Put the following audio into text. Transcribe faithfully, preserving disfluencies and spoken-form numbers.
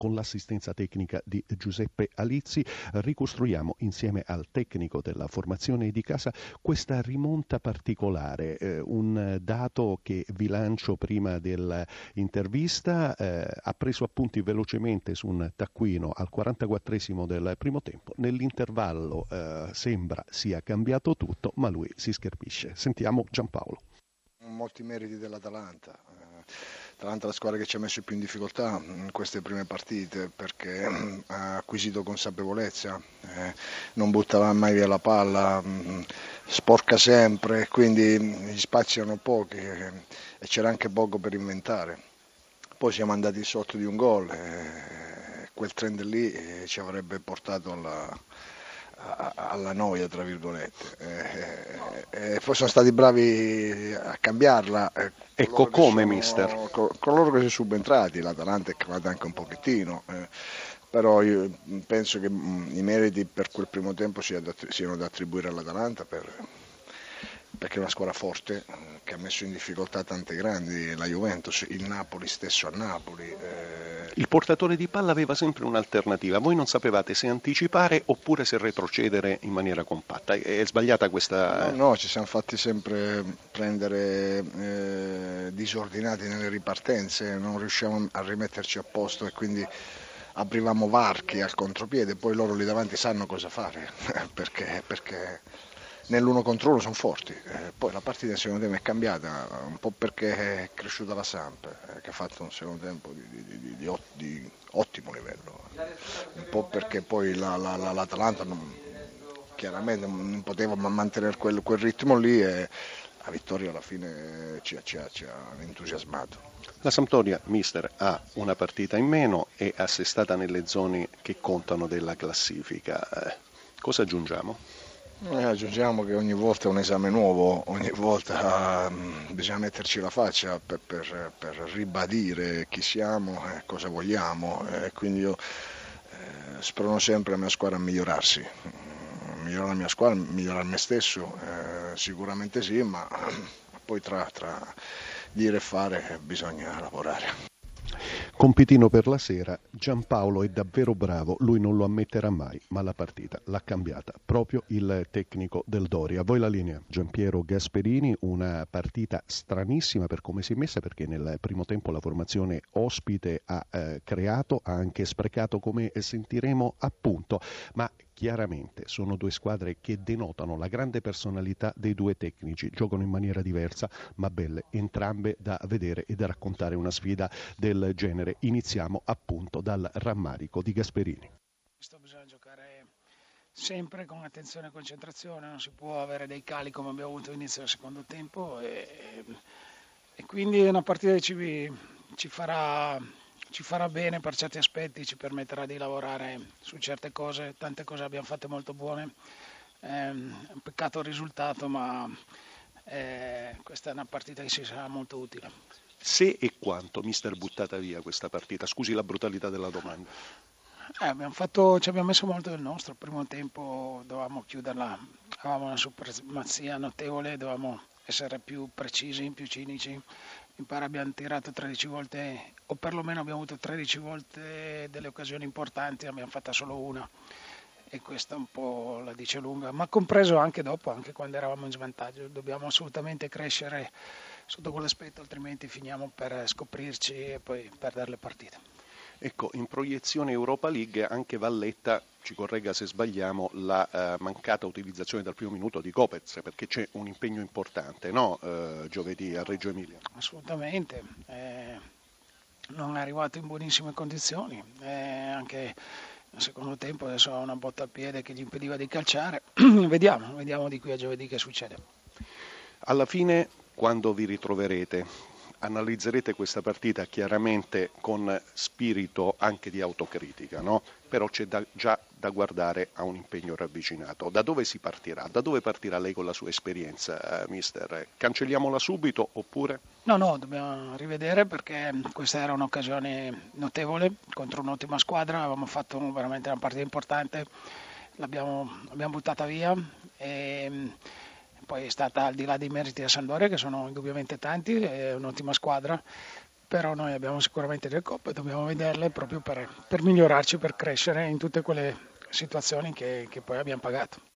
con l'assistenza tecnica di Giuseppe Alizzi. Ricostruiamo insieme al tecnico della formazione di casa questa rimonta particolare, eh, un dato che vi lancio prima dell'intervista. Eh, ha preso appunti velocemente su un taccuino al quarantaquattresimo del primo tempo. Nell'intervallo eh, sembra sia cambiato tutto, ma lui si schermisce. Sentiamo Giampaolo. Molti meriti dell'Atalanta. L'Atalanta è la squadra che ci ha messo più in difficoltà in queste prime partite, perché ha acquisito consapevolezza, eh, non buttava mai via la palla, mh, sporca sempre, quindi gli spazi erano pochi eh, e c'era anche poco per inventare. Poi siamo andati sotto di un gol, eh, quel trend lì eh, ci avrebbe portato alla... alla noia, tra virgolette, eh, eh, poi sono stati bravi a cambiarla. Eh, ecco come, sono, mister. Con, con loro che sono subentrati, l'Atalanta è calata anche un pochettino, eh, però io penso che mh, i meriti per quel primo tempo sia da, siano da attribuire all'Atalanta per, perché è una squadra forte che ha messo in difficoltà tante grandi, la Juventus, il Napoli stesso a Napoli. Eh, Il portatore di palla aveva sempre un'alternativa, voi non sapevate se anticipare oppure se retrocedere in maniera compatta. È sbagliata questa... No, no, ci siamo fatti sempre prendere eh, disordinati nelle ripartenze, non riuscivamo a rimetterci a posto e quindi aprivamo varchi al contropiede, poi loro lì davanti sanno cosa fare, perché, perché nell'uno contro uno sono forti. Eh, poi la partita secondo me è cambiata un po' perché è cresciuta la Samp, eh, che ha fatto un secondo tempo di, di, di, di, ot- di ottimo livello, un po' perché poi la, la, la, l'Atalanta non, chiaramente non poteva mantenere quel, quel ritmo lì e la vittoria alla fine ci, ci, ci ha entusiasmato. La Sampdoria, mister, ha una partita in meno e assestata nelle zone che contano della classifica. Eh, cosa aggiungiamo? Eh, aggiungiamo che ogni volta è un esame nuovo, ogni volta uh, bisogna metterci la faccia per, per, per ribadire chi siamo e eh, cosa vogliamo, e eh, quindi io eh, sprono sempre la mia squadra a migliorarsi, migliorare la mia squadra, migliorare me stesso, eh, sicuramente sì, ma poi tra, tra dire e fare bisogna lavorare. Compitino per la sera, Giampaolo è davvero bravo, lui non lo ammetterà mai, ma la partita l'ha cambiata proprio il tecnico del Doria. A voi la linea, Giampiero Gasperini, una partita stranissima per come si è messa, perché nel primo tempo la formazione ospite ha eh, creato, ha anche sprecato, come sentiremo appunto, ma chiaramente sono due squadre che denotano la grande personalità dei due tecnici, giocano in maniera diversa ma belle entrambe da vedere e da raccontare una sfida del genere. Iniziamo appunto dal rammarico di Gasperini. Bisogna giocare sempre con attenzione e concentrazione, non si può avere dei cali come abbiamo avuto all'inizio del secondo tempo e, e quindi è una partita che ci, ci farà ci farà bene per certi aspetti, ci permetterà di lavorare su certe cose, tante cose abbiamo fatte molto buone, è un peccato il risultato, ma eh, questa è una partita che ci sarà molto utile. Se e quanto, mister, buttata via questa partita? Scusi la brutalità della domanda. Eh, abbiamo fatto, ci abbiamo messo molto del nostro, il primo tempo dovevamo chiuderla, avevamo una supremazia notevole, dovevamo essere più precisi, più cinici. Mi pare abbiamo tirato tredici volte, o perlomeno abbiamo avuto tredici volte delle occasioni importanti, abbiamo fatta solo una e questa un po' la dice lunga, ma compreso anche dopo, anche quando eravamo in svantaggio. Dobbiamo assolutamente crescere sotto quell'aspetto, altrimenti finiamo per scoprirci e poi perdere le partite. Ecco, in proiezione Europa League anche Valletta, ci corregga se sbagliamo, la eh, mancata utilizzazione dal primo minuto di Kopec, perché c'è un impegno importante, no? Eh, giovedì a Reggio Emilia. Assolutamente, eh, non è arrivato in buonissime condizioni, eh, anche nel secondo tempo adesso ha una botta al piede che gli impediva di calciare, vediamo, vediamo di qui a giovedì che succede. Alla fine, quando vi ritroverete, analizzerete questa partita chiaramente con spirito anche di autocritica, no? Però c'è da, già da guardare a un impegno ravvicinato. Da dove si partirà? Da dove partirà lei con la sua esperienza, mister? Cancelliamola subito oppure? No, no, dobbiamo rivedere perché questa era un'occasione notevole contro un'ottima squadra, avevamo fatto veramente una partita importante, l'abbiamo, l'abbiamo buttata via e poi è stata, al di là dei meriti della Sampdoria, che sono indubbiamente tanti, è un'ottima squadra, però noi abbiamo sicuramente delle coppe, dobbiamo vederle proprio per, per migliorarci, per crescere in tutte quelle situazioni che, che poi abbiamo pagato.